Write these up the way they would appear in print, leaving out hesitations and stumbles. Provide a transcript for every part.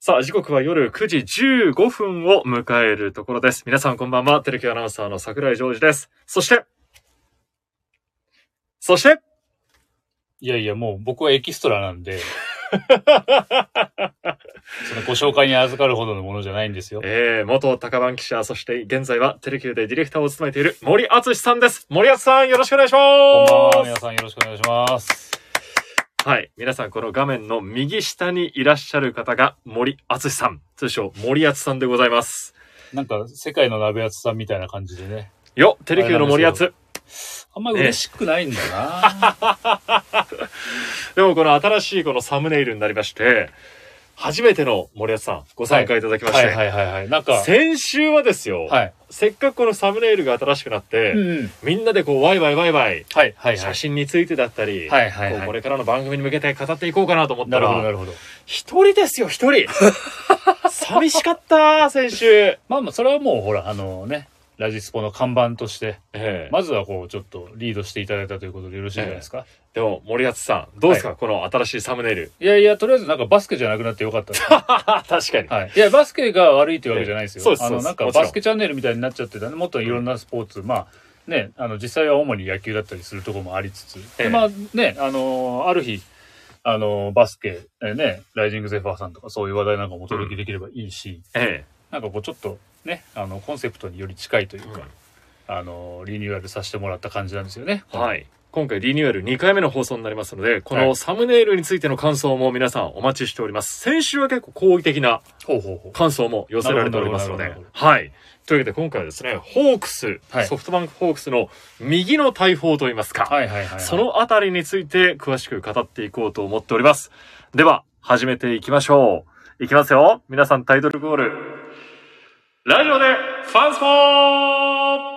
さあ、時刻は夜9時15分を迎えるところです。皆さんこんばんは。テレキューアナウンサーの櫻井ジョージです。そして、 いやいや、もう僕はエキストラなんで、そのご紹介に預かるほどのものじゃないんですよ。 元高番記者、そして現在はテレキューでディレクターを務めている森敦さんです。森敦さん、よろしくお願いします。 こんばんは、皆さんよろしくお願いします。 はい。皆さん、この画面の右下にいらっしゃる方が森敦さん。通称森敦さんでございます。 なんか、世界の鍋敦さんみたいな感じでね。 よ、テレキューの森敦。 あんまり嬉しくないんだな、 でもこの新しいこのサムネイルになりまして、初めての森保さんご参加いただきまして、 なんか先週はですよ、せっかくこのサムネイルが新しくなって、みんなでこうワイワイ、写真についてだったり、これからの番組に向けて語っていこうかなと思ったら、 なるほど。 一人ですよ、一人。寂しかった、先週。 まあそれはもうほら、ラジスポの看板として、まずはこうちょっとリードしていただいたということでよろしいじゃないですか。 でも森保さんどうですか、この新しいサムネイル。 いやとりあえずなんかバスケじゃなくなってよかったです、ね、 確かに、 いやバスケが悪いというわけじゃないですよ。 そうなんかバスケチャンネルみたいになっちゃってたね。もっといろんなスポーツ、実際は主に野球だったりするところもありつつ、である日バスケライジングゼファーさんとかそういう話題なんかもお届けできればいいし、なんかこうちょっとねコンセプトにより近いというか、リニューアルさせてもらった感じなんですよね。 はい。今回リニューアル2回目の放送になりますので、このサムネイルについての感想も皆さんお待ちしております。先週は結構好意的な感想も寄せられておりますので、はい。というわけで今回はですね、ホークス、ソフトバンクホークスの右の大砲といいますか、そのあたりについて詳しく語っていこうと思っております。では、始めていきましょう。いきますよ。皆さんタイトルコール。ラジオでファンスポー。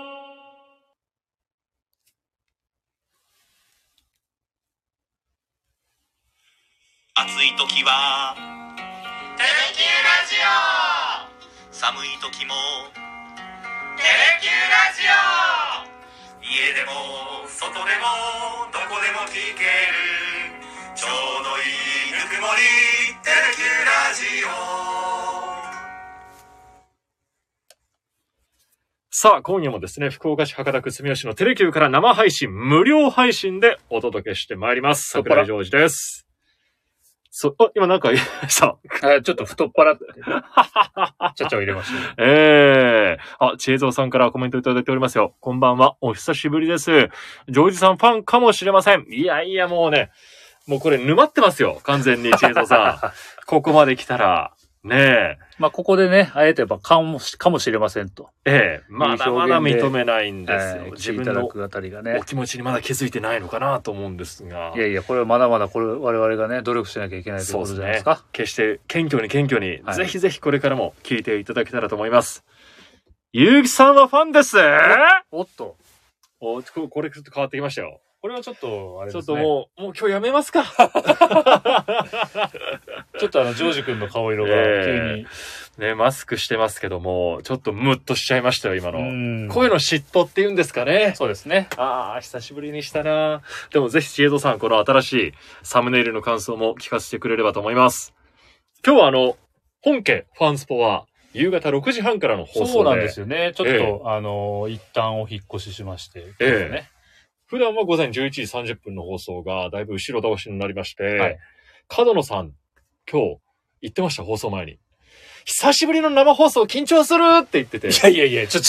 暑い時はテレキューラジオ、寒い時もテレキューラジオ、家でも外でもどこでも聞けるちょうどいいぬくもり、テレキューラジオ。 さあ、今夜もですね、福岡市博多区住吉のテレキューから生配信、無料配信でお届けしてまいります。櫻井ジョージです。今なんか言いました。 ちょっと太っ腹って。ちゃちゃを入れました。 知恵蔵さんからコメントいただいておりますよ。こんばんは。お久しぶりです。ジョージさんファンかもしれません。いや、もうね、もうこれ沼ってますよ。完全に知恵蔵さん。ここまで来たら。ねえ。 ここでね、あえてやっぱかもしれませんと。 まだまだ認めないんですよ。 自分のお気持ちにまだ気づいてないのかなと思うんですが。 いや、これはまだまだ我々がね、努力しなきゃいけないということじゃないですか。 決して謙虚に、ぜひぜひこれからも聞いていただけたらと思います。ゆうきさんはファンです。 おっと。 これちょっと変わってきましたよ。 これはちょっと、あれですね。 ちょっともう今日やめますか。 ちょっとジョージ君の顔色が急に。 ね、マスクしてますけども、ちょっとムッとしちゃいましたよ、今の。声の嫉妬って言うんですかね。 そうですね。 久しぶりにしたな。でもぜひ、知恵蔵さん、この新しいサムネイルの感想も聞かせてくれればと思います。今日は本家ファンスポは、夕方6時半からの放送で。 そうなんですよね。ちょっと、一旦お引っ越ししまして。 普段は午前11時30分の放送がだいぶ後ろ倒しになりまして、角野さん、今日言ってました、放送前に。久しぶりの生放送緊張するって言ってて。 いや、ちょ。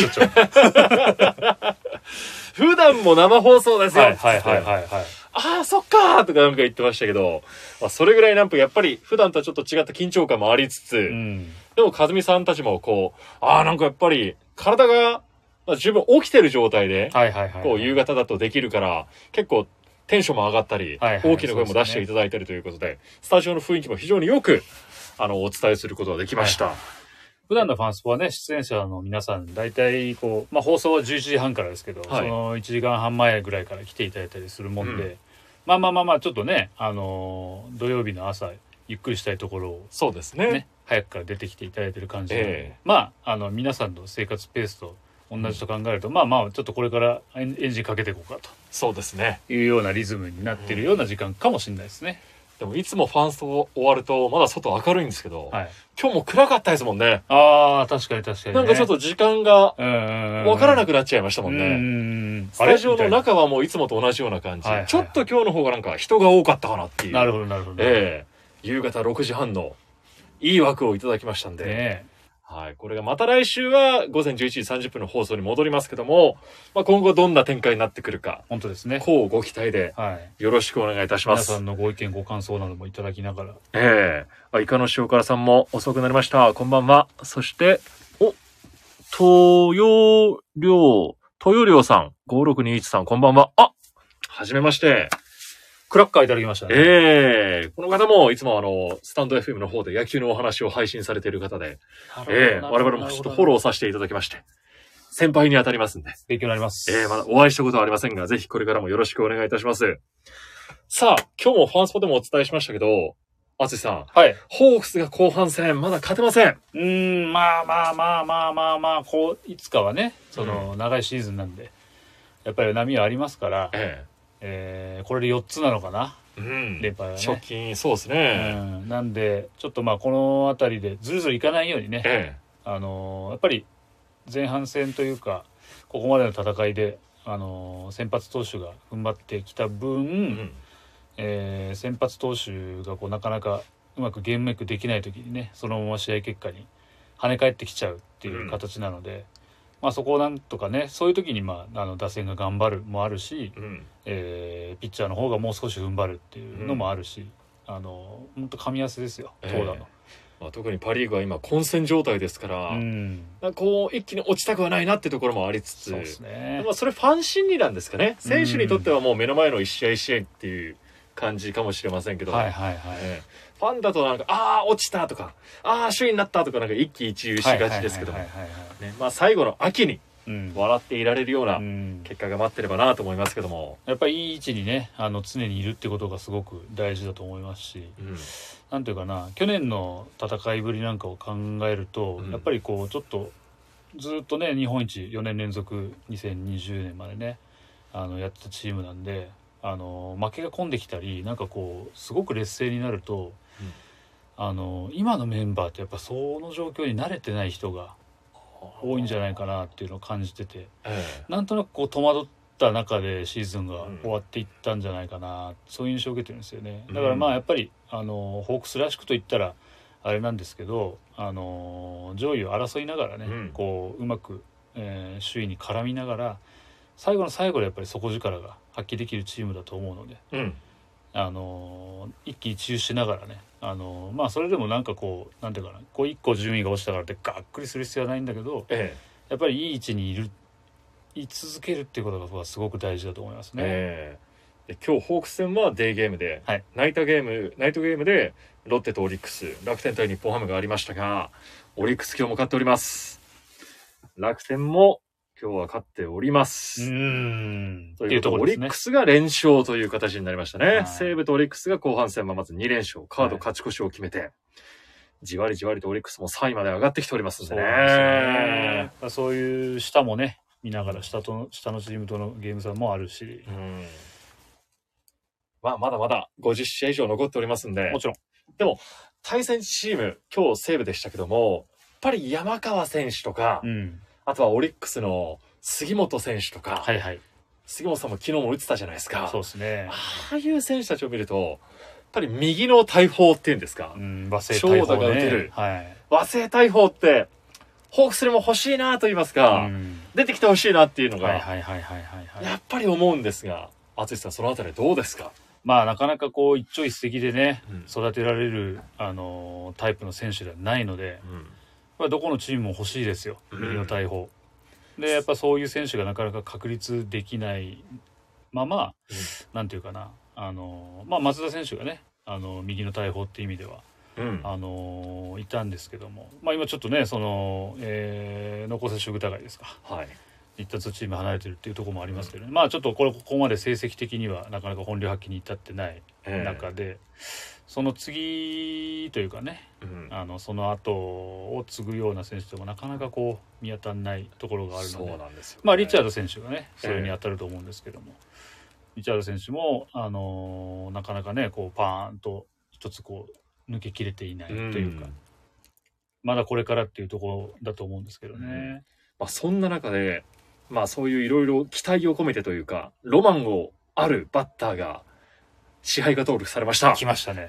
普段も生放送ですよ。そっかーとかなんか言ってましたけど、それぐらいやっぱり普段とはちょっと違った緊張感もありつつ、でも和美さんたちもなんかやっぱり体が十分起きてる状態で、夕方だとできるから、結構テンションも上がったり、大きな声も出していただいたりということで、スタジオの雰囲気も非常によく、お伝えすることができました。 普段のファンスポはね、出演者の皆さん、大体放送は11時半からですけど、その1時間半前ぐらいから来ていただいたりするもんで、ちょっとね、土曜日の朝、ゆっくりしたいところを、 そうですね。 早くから出てきていただいてる感じで、皆さんの生活ペースと、同じと考えると、ちょっとこれからエンジンかけていこうかと。 そうですね。 いうようなリズムになっているような時間かもしれないですね。 でもいつもファンスト終わるとまだ外明るいんですけど、 はい、 今日も暗かったですもんね。 ああ、確かに確かに、ね。 なんかちょっと時間が分からなくなっちゃいましたもんね。スタジオの中はもういつもと同じような感じ。ちょっと今日の方がなんか人が多かったかなっていう。 なるほどなるほど。 夕方6時半のいい枠をいただきましたんで。 ね、 はい。これがまた来週は午前11時30分の放送に戻りますけども、まあ、今後どんな展開になってくるか。 本当ですね。 こうご期待で、よろしくお願いいたします。 皆さんのご意見ご感想などもいただきながら。 イカの塩辛さんも遅くなりました。こんばんは。そして、豊良さん、5621さん、こんばんは。はじめまして。 クラッカーいただきましたね。 この方もいつもスタンド FM の方で野球のお話を配信されている方で、我々もちょっとフォローさせていただきまして、先輩に当たりますんで。 勉強になります。 まだお会いしたことはありませんが、ぜひこれからもよろしくお願いいたします。さあ、今日もファンスポでもお伝えしましたけど、淳さん。 はい。 ホークスが後半戦、まだ勝てません。 まあ、いつかはね、長いシーズンなんで、やっぱり波はありますから、これで4つなのかな、連敗はね。 直近、そうですね。 なんで、ちょっとこのあたりでずるずるいかないようにね、やっぱり前半戦というか、ここまでの戦いで、先発投手が踏ん張ってきた分、先発投手がなかなかうまくゲームメイクできない時にね、そのまま試合結果に跳ね返ってきちゃうっていう形なので、そこをなんとかね、そういう時に打線が頑張るもあるし、ピッチャーの方がもう少し踏ん張るっていうのもあるし、本当噛み合わせですよ、投打の。 特にパ・リーグは今混戦状態ですから、一気に落ちたくはないなってところもありつつ、 そうですね。 それファン心理なんですかね。選手にとってはもう目の前の一試合一試合っていう感じかもしれませんけど、ファンだとなんか落ちたとか首位になったとかなんか一喜一憂しがちですけども、最後の秋に笑っていられるような結果が待ってればなと思いますけども、 やっぱりいい位置にね常にいるってことがすごく大事だと思いますし、なんていうかな、去年の戦いぶりなんかを考えると、やっぱりちょっとずっとね日本一4年連続2020年までねやってたチームなんで、負けが込んできたりなんかすごく劣勢になると、今のメンバーってやっぱその状況に慣れてない人が多いんじゃないかなっていうのを感じてて、なんとなく戸惑った中でシーズンが終わっていったんじゃないかな、そういう印象を受けてるんですよね。だからやっぱりホークスらしくと言ったらあれなんですけど、上位を争いながらね、うまく、首位に絡みながら最後の最後でやっぱり底力が発揮できるチームだと思うので、一喜一憂しながらね、それでもなんていうかな、1個順位が落ちたからってがっくりする必要はないんだけど、やっぱりいい位置に居続けるっていうことがすごく大事だと思いますね。 今日ホークス戦はデーゲームで、ナイトゲームでロッテとオリックス、楽天対日本ハムがありましたが、オリックス今日も勝っております。楽天も今日は勝っております。ということで、オリックスが連勝という形になりましたね。西武とオリックスが後半戦はまず2連勝、カード勝ち越しを決めて、じわりじわりとオリックスも3位まで上がってきておりますんでね。 そういう下もね、見ながら下のチームとのゲーム差もあるし、 まだまだ50試合以上残っておりますんで、 もちろん。 でも対戦チーム、今日西武でしたけども、やっぱり山川選手とか、あとはオリックスの杉本選手とか、杉本さんも昨日も打ってたじゃないですか。 そうですね。 ああいう選手たちを見ると、やっぱり右の大砲っていうんですか、長打が打てる、和製大砲ってホークスにも欲しいなと言いますか、出てきてほしいなっていうのがやっぱり思うんですが、淳さんそのあたりどうですか？ なかなか一朝一夕でね、育てられるタイプの選手ではないので、どこのチームも欲しいですよ、右の大砲で。やっぱそういう選手がなかなか確立できないまま、なんていうかな、松田選手がね右の大砲っていう意味では、いたんですけども、今ちょっとね濃厚接触疑いですか、一達チーム離れてるっていうところもありますけどね、ちょっとここまで成績的にはなかなか本領発揮に至ってない中で、その次というかね、その後を継ぐような選手でもなかなか見当たらないところがあるので、 そうなんですよね。 リチャード選手がねそれに当たると思うんですけども、リチャード選手もなかなかねパーンと一つこう抜けきれていないというか、まだこれからっていうところだと思うんですけどね。 そんな中で、そういういろいろ期待を込めてというか、ロマンをあるバッターが支配下登録されました。 来ましたね。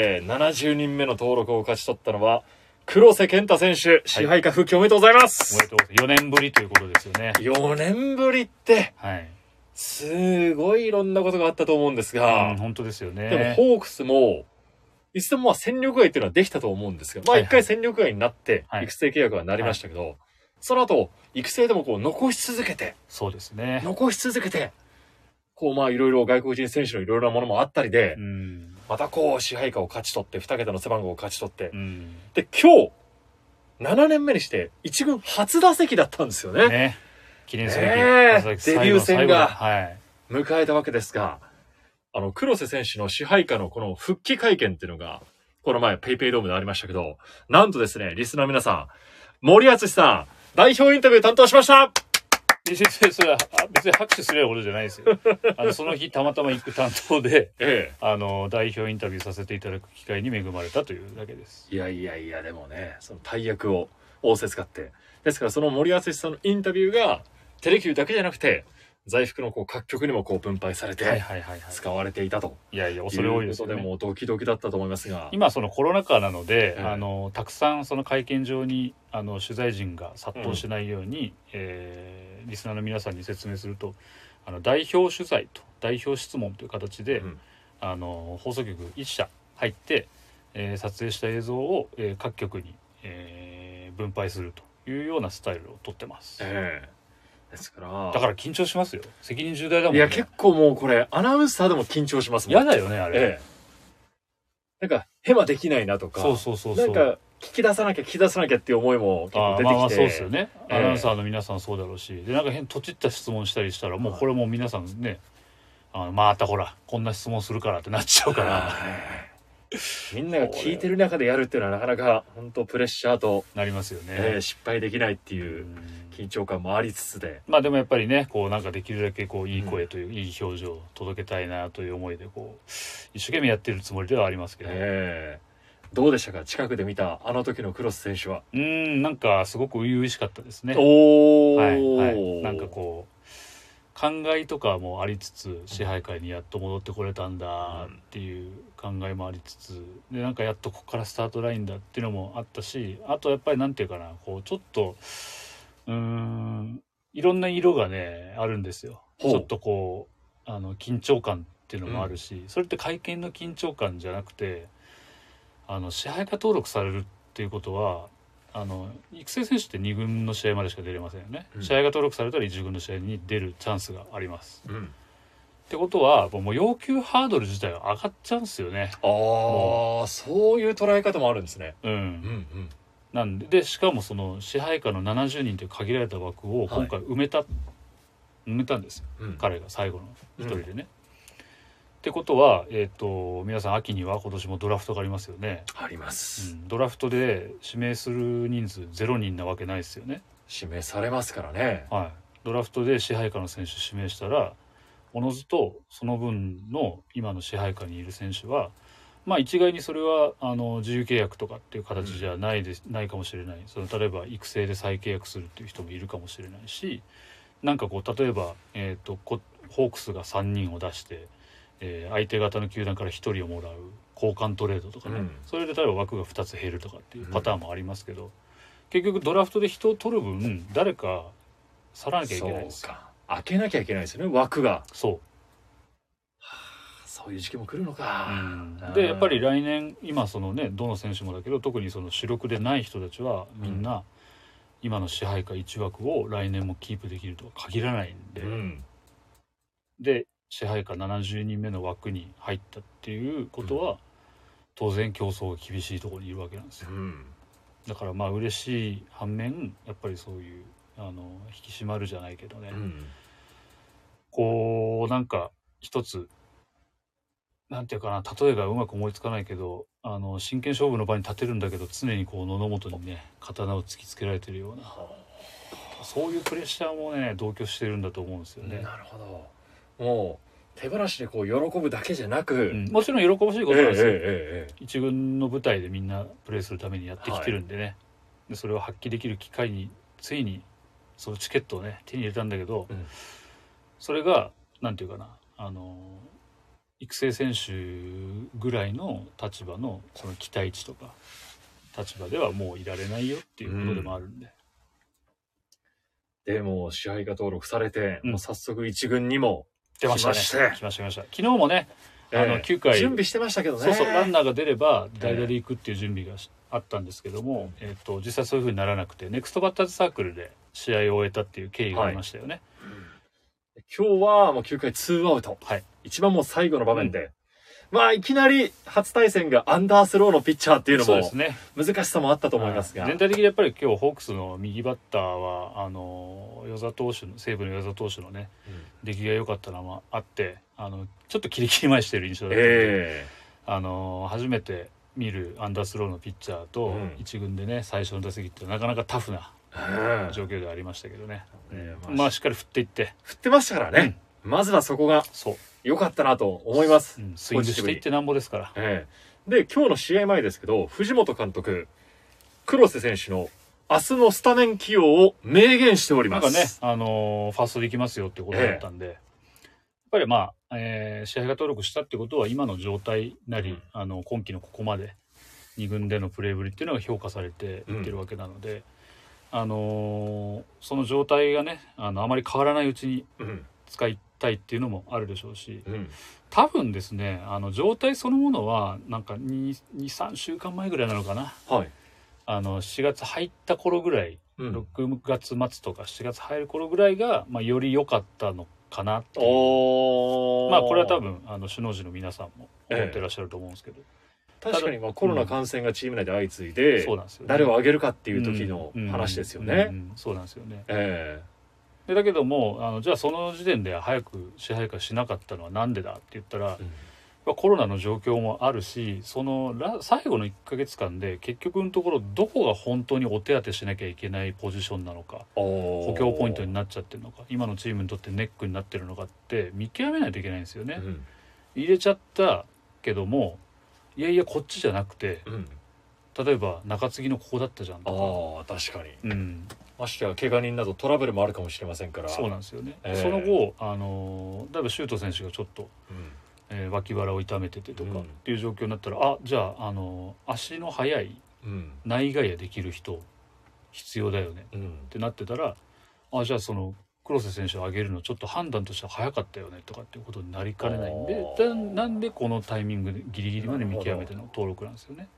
70人目の登録を勝ち取ったのは黒瀬健太選手、支配下復帰おめでとうございます。 おめでとうございます。4年ぶりということですよね。 4年ぶりって、すごいいろんなことがあったと思うんですが、 本当ですよね。 でもホークスもいつでも戦力外っていうのはできたと思うんですが、一回戦力外になって育成契約はなりましたけど、その後育成でもこう残し続けて、 そうですね。 残し続けて、こういろいろ外国人選手のいろいろなものもあったりで、またこう支配下を勝ち取って2桁の背番号を勝ち取って、で今日7年目にして1軍初打席だったんですよね。 記念すべき、 デビュー戦が迎えたわけですが、黒瀬選手の支配下のこの復帰会見っていうのがこの前ペイペイドームでありましたけど、なんとですね、リスナー皆さん、森敦さん代表インタビュー担当しました。 それは別に拍手するようなことじゃないですよ。その日たまたま行く担当で、代表インタビューさせていただく機会に恵まれたというだけです。 いやでもね、その大役を仰せつかって、ですからその森敦さんのインタビューがテレキューだけじゃなくて在福のこう各局にもこう分配されて使われていたと。 恐れ多いですよね。 でもドキドキだったと思いますが、 今そのコロナ禍なので、たくさんその会見場に取材陣が殺到しないように、リスナーの皆さんに説明すると、代表取材と代表質問という形で、放送局1社入って、撮影した映像を、各局に、分配するというようなスタイルをとってます。 ですからだから緊張しますよ。責任重大だもんね。 いや結構もうこれアナウンサーでも緊張しますもん。 嫌だよねあれ。 なんかヘマできないなとか、なんか聞き出さなきゃっていう思いも結構出てきて。 そうですよね。アナウンサーの皆さんそうだろうし、でなんか変とちった質問したりしたら、もうこれもう皆さんね、またほらこんな質問するからってなっちゃうから。 みんなが聞いてる中でやるっていうのはなかなか本当プレッシャーとなりますよね。 失敗できないっていう緊張感もありつつで、 でもやっぱりね、こうなんかできるだけこういい声という、いい表情を届けたいなという思いでこう一生懸命やってるつもりではありますけど、 どうでしたか、近くで見たあの時のクロス選手は。 なんかすごく初々しかったですね。なんかこう考えとかもありつつ、支配下にやっと戻ってこれたんだっていう考えもありつつで、なんかやっとここからスタートラインだっていうのもあったし、あとやっぱりなんていうかな、こうちょっといろんな色がねあるんですよ。ちょっとこう緊張感っていうのもあるし、それって会見の緊張感じゃなくて、支配下登録されるっていうことは、育成選手って2軍の試合までしか出れませんよね。試合が登録されたら1軍の試合に出るチャンスがあります。ってことはもう要求ハードル自体が上がっちゃうんですよね。 そういう捉え方もあるんですね。 なんでしかもその支配下の70人という限られた枠を今回埋めたんですよ、彼が最後の一人でね。ってことは、皆さん秋には今年もドラフトがありますよね。 あります、 ドラフトで指名する人数0人なわけないですよね。 指名されますからね。 ドラフトで支配下の選手指名したら、おのずとその分の今の支配下にいる選手は一概にそれは自由契約とかっていう形じゃないかもしれない。その例えば育成で再契約するっていう人もいるかもしれないし、なんかこう例えば、ホークスが3人を出して、相手方の球団から1人をもらう交換トレードとかね、それで例えば枠が2つ減るとかっていうパターンもありますけど、結局ドラフトで人を取る分誰か去らなきゃいけないんですよ。 開けなきゃいけないですよね、枠が。そういう時期も来るのか。 でやっぱり来年今そのね、どの選手もだけど特にその主力でない人たちはみんな今の支配下1枠を来年もキープできるとは限らないんで、で支配下70人目の枠に入ったっていうことは、当然競争が厳しいところにいるわけなんですよ。だから嬉しい反面、やっぱりそういう引き締まるじゃないけどね、こうなんか一つなんていうかな、例えがうまく思いつかないけど、真剣勝負の場に立てるんだけど常にこう喉元にね刀を突きつけられてるような、そういうプレッシャーもね同居してるんだと思うんですよね。 なるほど。もう手放しでこう喜ぶだけじゃなく、 もちろん喜ばしいことなんですよ、一軍の舞台でみんなプレーするためにやってきてるんでね、でそれを発揮できる機会についにそのチケットをね手に入れたんだけど、それがなんていうかな、育成選手ぐらいの立場のその期待値とか立場ではもういられないよっていうことでもあるんで、 でも支配下登録されて、もう早速一軍にも出ましたね。来ました。昨日もね、9回準備してましたけどね。 そうランナーが出れば代打で行くっていう準備があったんですけども、実際そういう風にならなくて、ネクストバッターズサークルで試合を終えたっていう経緯がありましたよね。 今日はもう9回2アウト、一番もう最後の場面で、まあいきなり初対戦がアンダースローのピッチャーっていうのも難しさもあったと思いますが、 全体的にやっぱり今日ホークスの右バッターは與座投手の西武の與座投手のね、出来が良かったのもあって、ちょっとキリキリ前してる印象だったので、初めて見るアンダースローのピッチャーと一軍でね最初の打席ってなかなかタフな状況ではありましたけどね、まあしっかり振ってましたからね、まずはそこが良かったなと思います、 スイングしていってなんぼですから、 で今日の試合前ですけど、藤本監督黒瀬選手の明日のスタメン起用を明言しております。 なんかね、ファーストでいきますよってことだったんで、やっぱりまあ、試合が登録したってことは今の状態なり、今季のここまで2軍でのプレーぶりっていうのが評価されていってるわけなので、その状態がねあまり変わらないうちに使いたいっていうのもあるでしょうし、多分ですね状態そのものはなんか 2,3 週間前ぐらいなのかな、7月入った頃ぐらい、6月末とか7月入る頃ぐらいが、より良かったのかなっていう、これは多分首脳陣の皆さんも思ってらっしゃると思うんですけど、 確かにコロナ感染がチーム内で相次いで、誰を挙げるかっていう時の話ですよね。 そうなんですよね。でだけどもじゃあその時点で早く支配下しなかったのはなんでだって言ったら、コロナの状況もあるし、その最後の1ヶ月間で結局のところどこが本当にお手当てしなきゃいけないポジションなのか、補強ポイントになっちゃってるのか、今のチームにとってネックになってるのかって見極めないといけないんですよね。入れちゃったけどもいやこっちじゃなくて、例えば中継ぎのここだったじゃんとか、 確かに、ましてや怪我人などトラブルもあるかもしれませんから。 そうなんですよね、その後例えば周東選手がちょっと、脇腹を痛めててとかっていう状況になったら、じゃあ足の速い内外野できる人必要だよね、ってなってたら、じゃあその黒瀬選手を上げるのちょっと判断としては早かったよねとかっていうことになりかねないんで、なんでこのタイミングでギリギリまで見極めての登録なんですよね。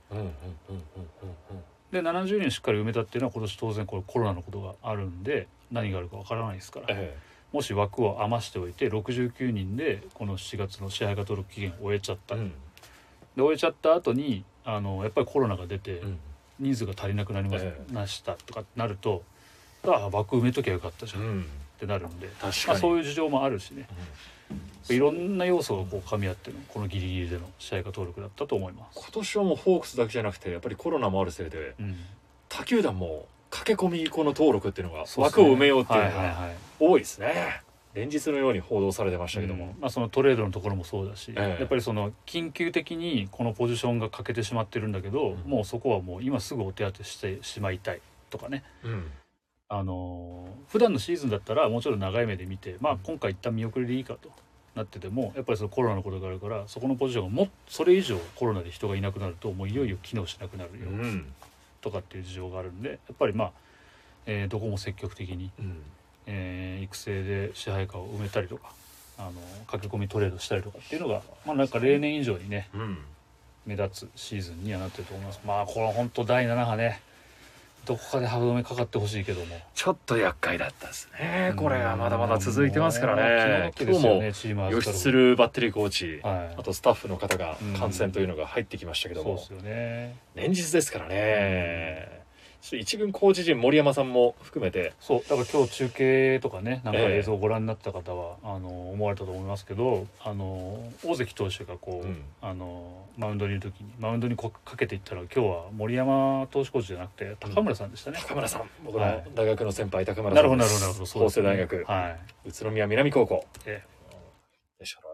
で70人しっかり埋めたっていうのは今年当然これコロナのことがあるんで何があるかわからないですから、もし枠を余しておいて69人でこの7月の支配下登録期限を終えちゃった、で終えちゃった後にやっぱりコロナが出て人数が足りなくなりましたとかなると、枠埋めときゃよかったじゃん、ってなるんで、そういう事情もあるしね、いろんな要素がこう噛み合ってのこのギリギリでの試合が登録だったと思います。 今年はもうホークスだけじゃなくてやっぱりコロナもあるせいで、他球団も駆け込みこの登録っていうのが枠を埋めようっていうのが多いですね。連日のように報道されてましたけども、 そのトレードのところもそうだし、やっぱりその緊急的にこのポジションが欠けてしまってるんだけど、もうそこはもう今すぐお手当てしてしまいたいとかね、普段のシーズンだったらもちろん長い目で見て、今回一旦見送りでいいかとなってても、やっぱりそのコロナのことがあるから、そこのポジションがそれ以上コロナで人がいなくなるともういよいよ機能しなくなるよ、とかっていう事情があるんで、やっぱりどこも積極的に、育成で支配下を埋めたりとか駆け込みトレードしたりとかっていうのが、なんか例年以上にね、目立つシーズンにはなってると思います。これは本当第7波ね、どこかで歯止めかかってほしいけども、 ちょっと厄介だったですね。これはまだまだ続いてますからね。 今日も吉鶴バッテリーコーチ、あとスタッフの方が感染というのが入ってきましたけども、 そうですよね、 連日ですからね。一軍コーチ陣森山さんも含めて、 だから今日中継とかね、なんか映像をご覧になった方は、思われたと思いますけど、大関投手がこう、マウンドにいる時にマウンドにかけていったら、今日は森山投手コーチじゃなくて高村さんでしたね。 高村さん、僕の大学の先輩高村さんです。 なるほど、 法政大学、宇都宮南高校でした。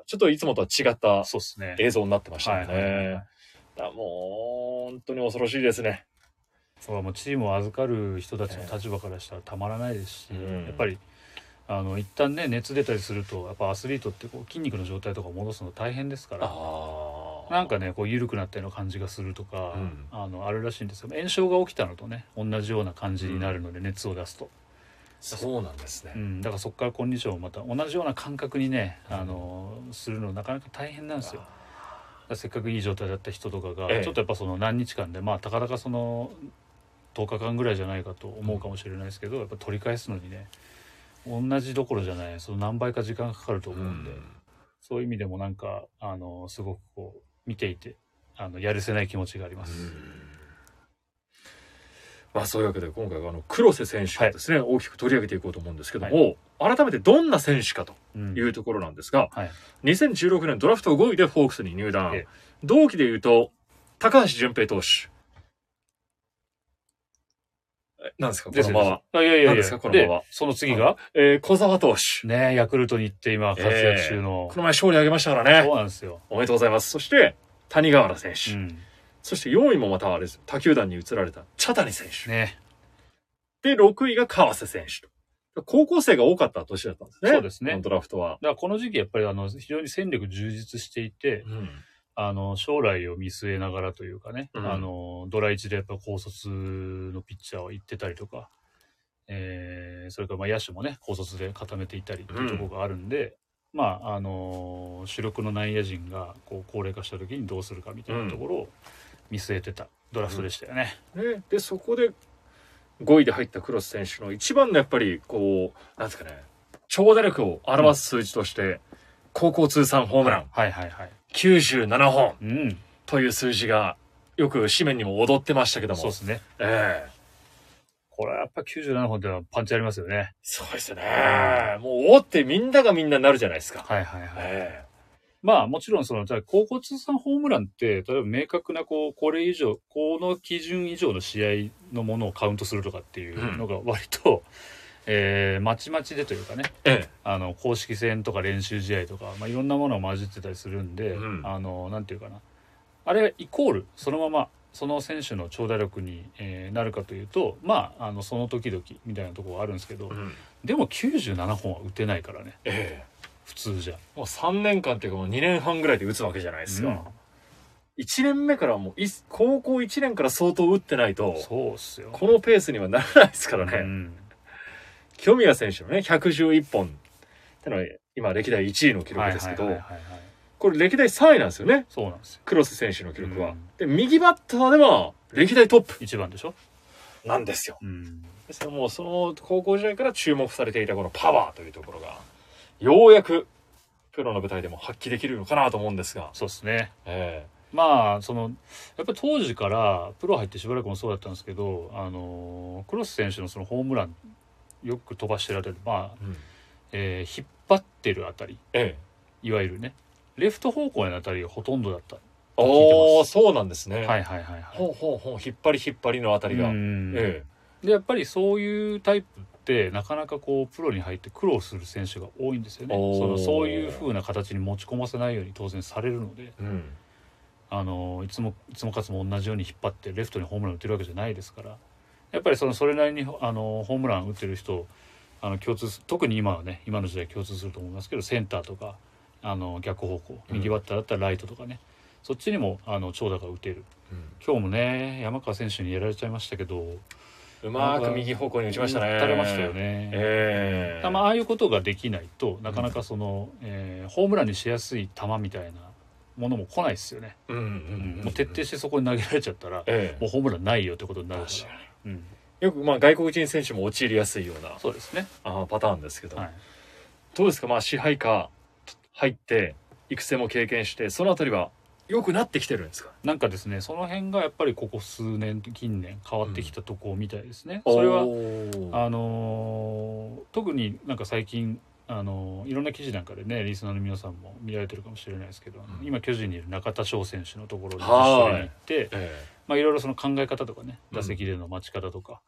ちょっといつもとは違ったそうですね。 映像になってましたよね。 はいはいはいはいだからもう本当に恐ろしいですね。 そうもうチームを預かる人たちの立場からしたらたまらないですし、やっぱり一旦ね熱出たりするとやっぱアスリートってこう筋肉の状態とか戻すの大変ですから、なんかねこう緩くなったような感じがするとか、あるらしいんですよ。炎症が起きたのとね同じような感じになるので、熱を出すと。 そうなんですね。 だからそこからコンディションをまた同じような感覚にね、するのなかなか大変なんですよ。せっかくいい状態だった人とかが、ちょっとやっぱその何日間でたかだかその10日間ぐらいじゃないかと思うかもしれないですけど、やっぱ取り返すのにね同じどころじゃないその何倍か時間かかると思うんで、そういう意味でもなんかすごくこう見ていてやるせない気持ちがあります。 そういうわけで今回は黒瀬選手をですね、大きく取り上げていこうと思うんですけども、改めてどんな選手かというところなんですが、2016年ドラフト5位でホークスに入団、同期でいうと高橋純平投手なんですかこのまま。 何ですかこのまま。その次が小沢投手ね、ヤクルトに行って今活躍中の、 この前勝利あげましたからね。 そうなんですよ。 おめでとうございます。そして谷川原選手、そして4位もまたあれです。他球団に移られた茶谷選手。 ね。 で、6位が川瀬選手と。高校生が多かった年だったんですね。 そうですね。 このドラフトは。 だからこの時期やっぱり非常に戦力充実していて、将来を見据えながらというかね、ドラ1でやっぱ高卒のピッチャーを行ってたりとか、それから野手もね、高卒で固めていたりっていうところがあるんで、主力の内野陣がこう高齢化した時にどうするかみたいなところを見据えてたドラフトでしたよね。 でそこで5位で入ったクロス選手の一番のやっぱりこうなんですかね、長打力を表す数字として、高校通算ホームラン、97本という数字がよく紙面にも踊ってましたけども、 そうですね。これはやっぱ97本ってのはパンチありますよね。 そうですよね。もうおってみんながみんななるじゃないですか。 もちろんじゃあ高校通算ホームランって例えば明確なこれ以上この基準以上の試合のものをカウントするとかっていうのが割と、まちまちでというかね、公式戦とか練習試合とか、いろんなものを混じってたりするんで、なんていうかな、あれイコールそのままその選手の長打力に、なるかというとその時々みたいなところはあるんですけど、でも97本は打てないからね、普通じゃもう3年間っていうかもう2年半ぐらいで打つわけじゃないですか、1年目からもう高校1年から相当打ってないとそうっすよ、 このペースにはならないですからね。清宮選手のね111本ってのは今歴代1位の記録ですけど、これ歴代3位なんですよね。 そうなんですよ、 クロス選手の記録は。で右バッターでは歴代トップ 1番でしょなんですよ。ですからもうその高校時代から注目されていたこのパワーというところがようやくプロの舞台でも発揮できるのかなと思うんですが。 そうですね。やっぱ当時からプロ入ってしばらくもそうだったんですけど、クロス選手のそのホームランよく飛ばしてるあたり、引っ張ってるあたり、いわゆるねレフト方向へのあたりがほとんどだったと聞いてます。 そうなんですね。引っ張りのあたりが。 でやっぱりそういうタイプってなかなかこうプロに入って苦労する選手が多いんですよね。そういう風な形に持ち込ませないように当然されるので、いつもかつも同じように引っ張ってレフトにホームラン打ってるわけじゃないですから、やっぱりそれなりにホームラン打ってる人共通、特に今はね今の時代共通すると思いますけど、センターとか逆方向、右バッターだったらライトとかね、そっちにも長打が打てる、今日もね山川選手にやられちゃいましたけど、 うまく右方向に打ちましたね。 打たれましたよね。ああいうことができないとなかなかホームランにしやすい球みたいなものも来ないですよね。もう徹底してそこに投げられちゃったら、もうホームランないよってことになるから、 よく外国人選手も陥りやすいようなそうですねパターンですけど、どうですか。支配下入って育成も経験してそのあたりは良くなってきてるんですか。なんかですね、その辺がやっぱりここ数年近年変わってきたところみたいですね。それは特になんか最近いろんな記事なんかでねリスナーの皆さんも見られてるかもしれないですけど、今巨人にいる中田翔選手のところに一緒に行って、いろいろその考え方とかね、打席での待ち方とか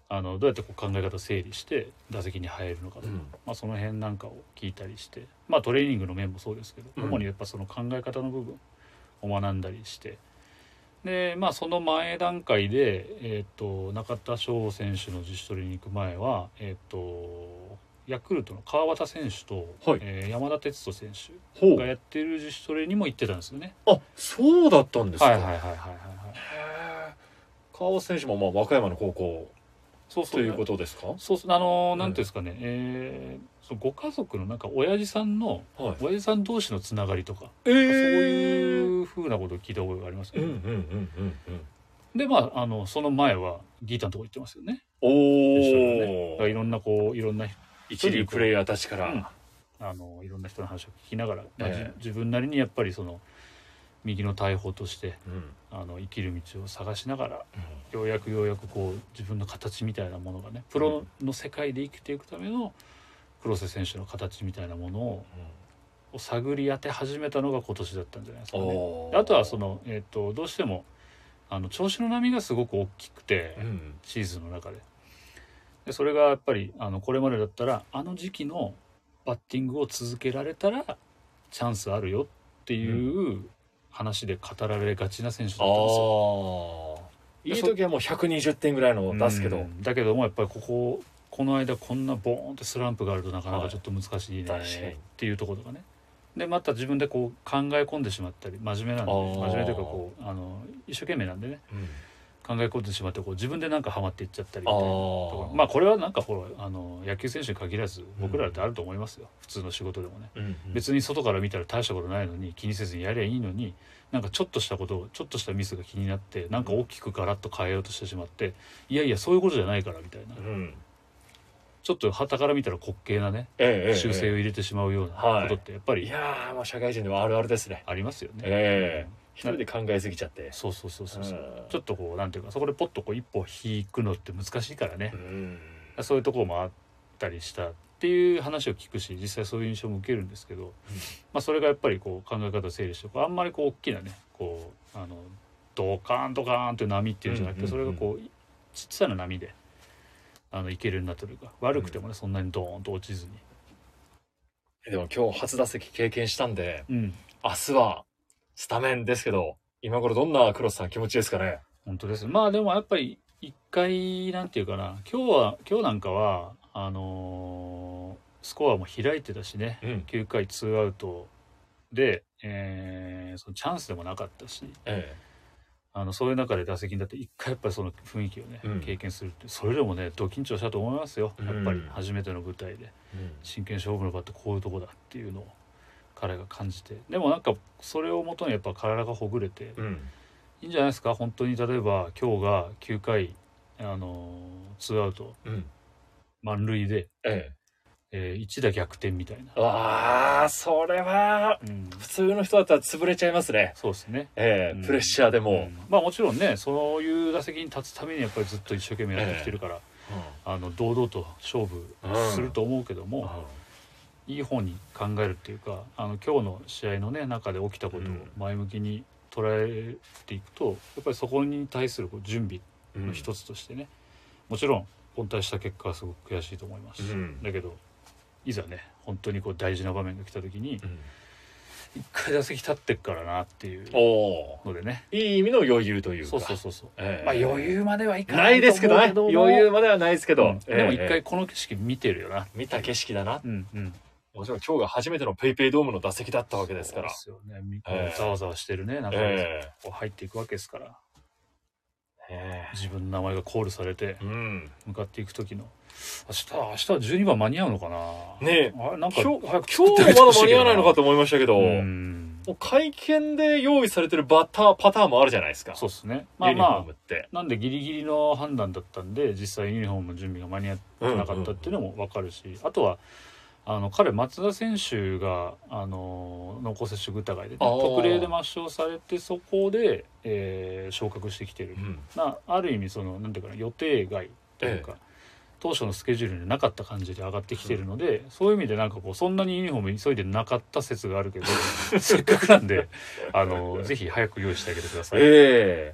どうやってこう考え方を整理して打席に入るのかとか、 うんその辺なんかを聞いたりして、トレーニングの面もそうですけど、 うん主にやっぱその考え方の部分を学んだりして、でその前段階で、中田翔選手の自主トレに行く前は、ヤクルトの川端選手と、 はい山田哲人選手ほうがやってる自主トレにも行ってたんですよね。 あ、そうだったんですか。 はいはいはいはいはいはい。 へー川尾選手も和歌山の高校そうそうということですか。 そうそうなんていうんですかね、そのご家族のなんか親父さんの、 はい親父さん同士のつながりとか、 そうそういうふうなことを聞いた覚えがありますけど、 うんうんうんうんうんでその前はギータのとこ行ってますよね。 おね、 お、 いろんな一流プレイヤーたちから、 いろんな人の話を聞きながら、 ええ自分なりにやっぱりその右の大砲としてうん生きる道を探しながら、ようやくこう自分の形みたいなものがね、プロの世界で生きていくための黒瀬選手の形みたいなものを探り当て始めたのが今年だったんじゃないですかね。あとはその、どうしても調子の波がすごく大きくて、シーズンの中でそれがやっぱりこれまでだったら時期のバッティングを続けられたらチャンスあるよっていう話で語られがちな選手だったんですよ。 いい時はもう120点ぐらいのを出すけど、 だけどもやっぱりこの間こんなボーンってスランプがあるとなかなかちょっと難しいねっていうところとかね。でまた自分でこう考え込んでしまったり、真面目というかこう一生懸命なんでね、考え込んでしまってこう自分でなんかハマっていっちゃったりみたいなとか、これはなんか野球選手に限らず僕らだってあると思いますよ、普通の仕事でもね、別に外から見たら大したことないのに気にせずにやりゃいいのに、なんかちょっとしたミスが気になってなんか大きくガラッと変えようとしてしまって、いやいやそういうことじゃないからみたいな、ちょっと傍から見たら滑稽なね、修正を入れてしまうようなことってやっぱり、 いやー社会人ではあるあるですね。 ありますよね。 一人で考えすぎちゃって、 そうちょっとこうなんていうか、そこでポッとこう一歩引くのって難しいからね、そういうところもあったりしたっていう話を聞くし、実際そういう印象も受けるんですけど、それがやっぱりこう考え方を整理してあんまりこう大きなねこうドカーンドカーンという波っていうんじゃなくて、それがこうちっちゃな波でいけるようになったというか、悪くてもね、そんなにドーンと落ちずに。 でも今日初打席経験したんで、 明日はスタメンですけど、今頃どんな黒瀬さん気持ちですかね。 本当です。でもやっぱり一回なんていうかな、今日なんかはスコアも開いてたしね、9回ツーアウトで、そのチャンスでもなかったし、そういう中で打席に立って一回やっぱりその雰囲気をね、経験するって、それでもねド緊張したと思いますよ。やっぱり初めての舞台で、真剣勝負の場ってこういうとこだっていうのを彼が感じて、でもなんかそれをもとにやっぱ体がほぐれて、いいんじゃないですか。本当に例えば今日が9回ツーアウト、満塁で、一打逆転みたいな。 それは、普通の人だったら潰れちゃいますね。 そうですね。 プレッシャーでも、 もちろんね、そういう打席に立つためにやっぱりずっと一生懸命やってきてるから、堂々と勝負すると思うけども、いい方に考えるっていうか、今日の試合のね中で起きたことを前向きに捉えていくと、やっぱりそこに対するこう準備の一つとしてね、もちろん凡退した結果はすごく悔しいと思いますし、だけどいざね本当にこう大事な場面が来た時に、一回打席立ってっからなっていうのでね、 いい意味の余裕というか、 そう、余裕まではいかないですけどね、余裕まではないですけど、 でも一回この景色見てるよな、 見た景色だな。もちろん今日が初めてのペイペイドームの打席だったわけですから、 そうですよね。ざわざわしてるね中にこう入っていくわけですから、自分の名前がコールされて向かっていく時の、明日は12番間に合うのかなね。なんか今日まだ間に合わないのかと思いましたけど、もう会見で用意されてるパターンもあるじゃないですか。 そうですね。 ユニフォームってなんでギリギリの判断だったんで、実際ユニフォームの準備が間に合ってなかったっていうのも分かるし、あとは彼松田選手が濃厚接触疑いで、特例で抹消されて、そこで、昇格してきてる、ある意味そのなんていうかな、予定外というか、当初のスケジュールになかった感じで上がってきてるので、そういう意味でなんかこうそんなにユニフォーム急いでなかった説があるけどせっかくなんでぜひ早く用意してあげてください。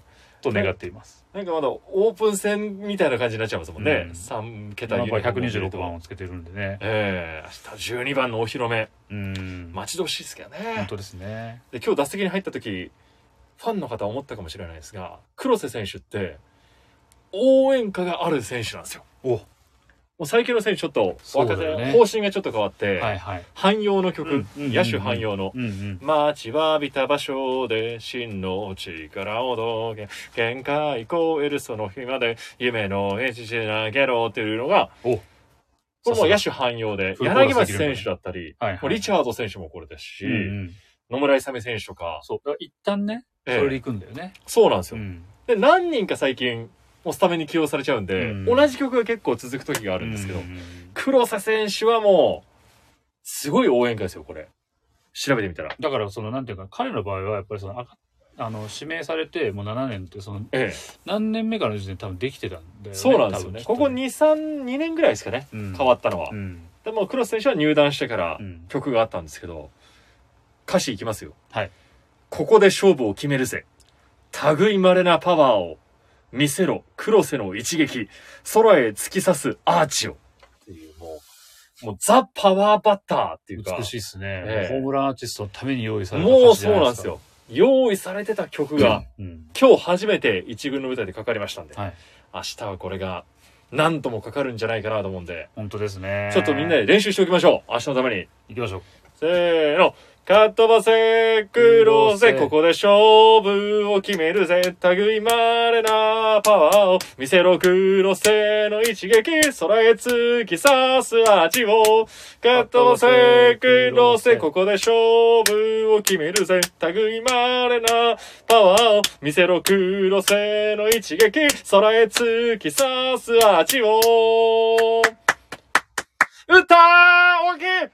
と願っています。 なんかまだオープン戦みたいな感じになっちゃいますもんね。3桁ユニフォーム126番をつけてるんでね。 明日12番のお披露目。待ち遠しいですけどね。 本当ですね。 で、今日打席に入った時、ファンの方は思ったかもしれないですが、黒瀬選手って応援歌がある選手なんですよ。もう最近の選手ちょっと若手、ね、方針がちょっと変わって、汎用の曲、野手汎用の、待ちわびた場所で真の力を届け、限界超えるその日まで夢のエッジで投げろっていうのが、これも野手汎用で、柳町選手だったり、リチャード選手もこれですし、野村勇選手とか。 そう。一旦ね、それで行くんだよね。 そうなんですよ。で、何人か最近、もうスタメンに起用されちゃうんで、同じ曲が結構続く時があるんですけど、黒瀬選手はもう、すごい応援歌ですよ、これ。調べてみたら。 だから、なんていうか、彼の場合は、やっぱり指名されて、もう7年って、何年目かの時点で多分できてたんだよね。 そうなんですよね。ここ2年ぐらいですかね、変わったのは。でも、黒瀬選手は入団してから曲があったんですけど、歌詞いきますよ。ここで勝負を決めるぜ。類まれなパワーを。見せろ、黒瀬の一撃、空へ突き刺すアーチを。っていう、もうザ・パワーバッターっていうか。 美しいですね。ホームランアーティストのために用意されたもうそうなんですよ。用意されてた曲が、今日初めて一軍の舞台でかかりましたんで、明日はこれが何ともかかるんじゃないかなと思うんで。 本当ですね。 ちょっとみんなで練習しておきましょう。明日のために。 行きましょう。 せーの。かっ飛ばせ、黒瀬、ここで勝負を決めるぜ。類まれなパワーを見せろ、黒瀬の一撃、空へ突き刺すアーチを。かっ飛ばせ、黒瀬、ここで勝負を決めるぜ。類まれなパワーを見せろ、黒瀬の一撃、空へ突き刺すアーチを。打ったー！ OK！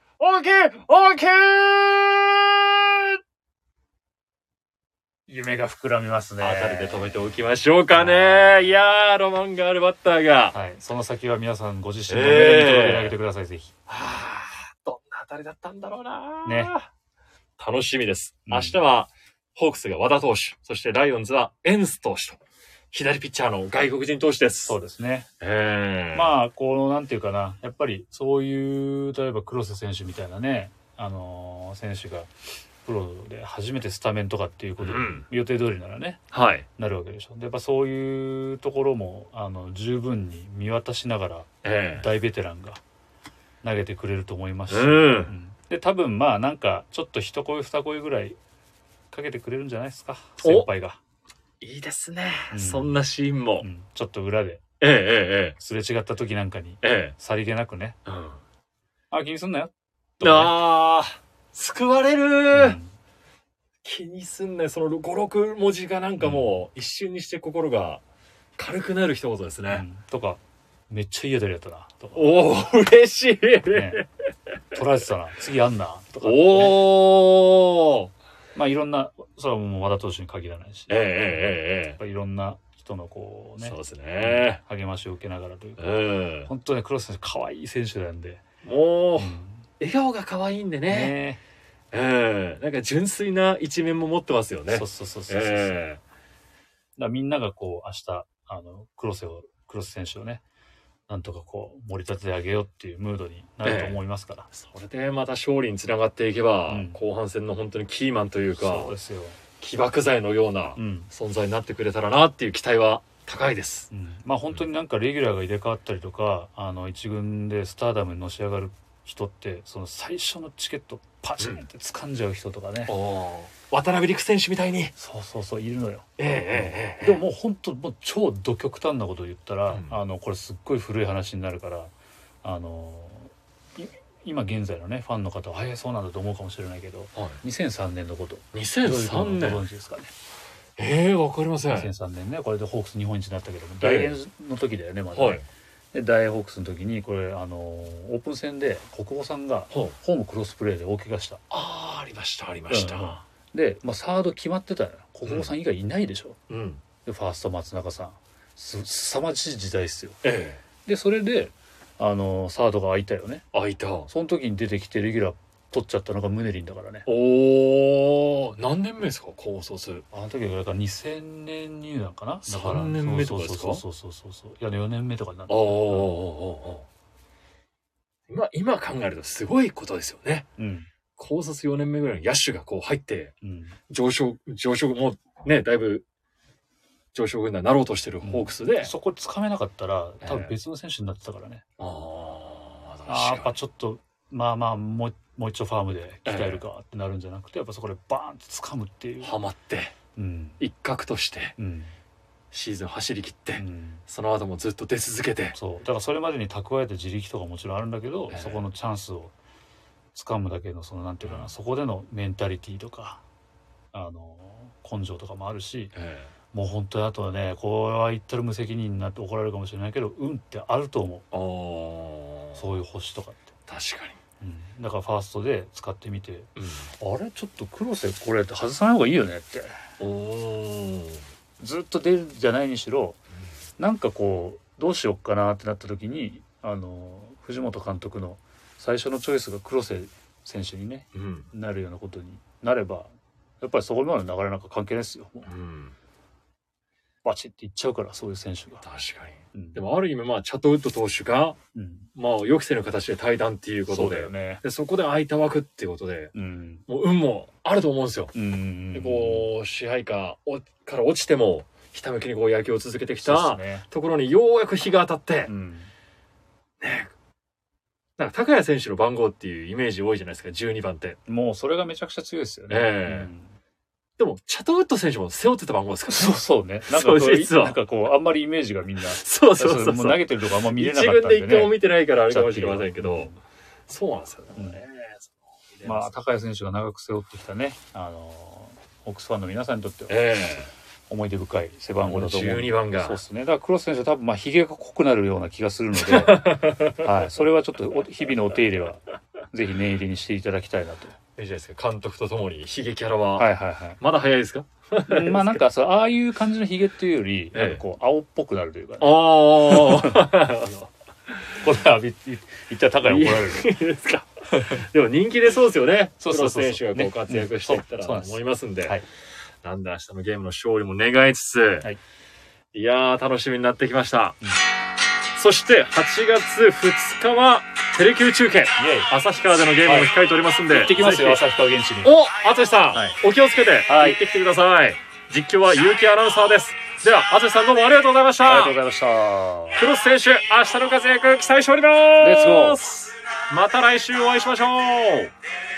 OK！ 夢が膨らみますね。 あたりで止めておきましょうかね。いやー、ロマンがあるバッターが。 はい。その先は皆さんご自身のメールに届けてあげてください、ぜひ。 どんなあたりだったんだろうな。 ね。 楽しみです。明日は、ホークスが和田投手、そしてライオンズはエンス投手と、左ピッチャーの外国人投手です。 そうですね。まあ、なんていうかな。やっぱり、そういう、例えば黒瀬選手みたいなね、選手が、プロで初めてスタメンとかっていうことで、予定通りならね、なるわけでしょ。でやっぱそういうところも十分に見渡しながら、大ベテランが投げてくれると思いますし、で多分まあなんかちょっと一声二声ぐらいかけてくれるんじゃないですか、先輩が。 いいですね、そんなシーンも、 ちょっと裏で、すれ違った時なんかに、さりげなくね、気にすんなよとかね、 救われる、気にすんなよ。その5、6文字がなんかもう一瞬にして心が軽くなる一言ですね。 とか、めっちゃいい当たりやったな。とか。 おー、嬉しい、 ね。取られてたな。次あんな。とか、 おー。 まあいろんな、それはもう和田投手に限らないし。やっぱいろんな人のこうね。 そうですね。 励ましを受けながらというか。本当ね、黒瀬選手可愛い選手なんで。 もう、笑顔が可愛いんでね。なんか純粋な一面も持ってますよね。 そう。だみんながこう明日黒瀬選手をね、なんとかこう盛り立ててあげようっていうムードになると思いますから。 それでまた勝利につながっていけば、後半戦の本当にキーマンというか、 そうですよ。 起爆剤のような存在になってくれたらなっていう期待は高いです。 まあ本当になんかレギュラーが入れ替わったりとか、一軍でスターダムにのし上がる人ってその最初のチケットパチンって掴んじゃう人とかね、 渡辺陸選手みたいにそういるのよ。でももう本当もう超ド極端なことを言ったら、これすっごい古い話になるから今現在のねファンの方はそうなんだと思うかもしれないけど、2003年のこと 2003年ご存知ですかね。わかりません。 2003年ね、これでホークス日本一になったけども、大連の時だよねまだね。で大ホークスの時にこれオープン戦で国保さんがホームクロスプレーで大怪我した。 ありました、 で、サード決まってたよ。国保さん以外いないでしょ、でファースト松中さん凄まじい時代ですよ、でそれでサードが空いたよね。 空いた。 その時に出てきてレギュラー取っちゃったのがムネリンだからね。 おー、何年目ですか高卒。 あの時はだから2000年入団かな。だから 3年目とかですか。 そういや4年目とかになる。 今考えるとすごいことですよね。 うん。 高卒4年目ぐらいの野手がこう入って、 うん、 上昇もうね、だいぶ上昇軍団になろうとしてるホークスで、 そこつかめなかったら多分別の選手になってたからね。やっぱちょっともう一度ファームで鍛えるかってなるんじゃなくて、やっぱそこでバーンと掴むっていう、 ハマって、一角として、シーズン走り切って、その後もずっと出続けて、 そうだからそれまでに蓄えた自力とかもちろんあるんだけど、そこのチャンスを掴むだけのそのなんていうかな、そこでのメンタリティとか根性とかもあるし、もう本当にあとはね、これは言ったら無責任になって怒られるかもしれないけど、運ってあると思う。そういう星とかって。 確かに。 だからファーストで使ってみて、あれちょっと黒瀬これって外さない方がいいよねって。ずっと出るじゃないにしろ、なんかこうどうしよっかなってなった時に藤本監督の最初のチョイスが黒瀬選手にね、なるようなことになれば、やっぱりそこまでの流れなんか関係ないですよ。バチッていっちゃうから、そういう選手が。 確かに。でもある意味チャットウッド投手が、予期せぬ形で退団っていうことで、でそこで空いた枠っていうことで、もう運もあると思うんですよ。でこう支配下から落ちてもひたむきにこう野球を続けてきたところにようやく日が当たって、ね、なんか高谷選手の番号っていうイメージ多いじゃないですか、12番って。 もうそれがめちゃくちゃ強いですよね。 でもチャットウッド選手も背負ってた番号ですからね。そうね。なんかこうあんまりイメージがみんなそうもう投げてるとこあんま見れなかったんでね。 一軍で一回も見てないからあれかもしれませんけど、そうなんですよね。 高谷選手が長く背負ってきたね、ホークスファンの皆さんにとっては思い出深い背番号だと思う。 12番が。 そうですね。だからクロス選手は多分髭が濃くなるような気がするので、はい、それはちょっと日々のお手入れはぜひ念入れにしていただきたいなと。 いいじゃないですか、監督とともにヒゲキャラは、まだ早いですか？ なんかああいう感じのヒゲっていうより、なんかこう青っぽくなるというか、ね。 これは言ったら高い怒られる。 いいですか？でも人気出そうですよね。プロ選手がこう活躍していったらと思いますんで、なんで明日のゲームの勝利も願いつつ、いやー楽しみになってきました。そして8月2日はテレキュー中継、旭川でのゲームも控えておりますんで、 行ってきますよ、旭川現地に。 淳さん、お気をつけて行ってきてください。実況は結城アナウンサーです。では淳さんどうもありがとうございました。 ありがとうございました。 クロス選手、明日の活躍期待しております。 レッツゴー。 また来週お会いしましょう。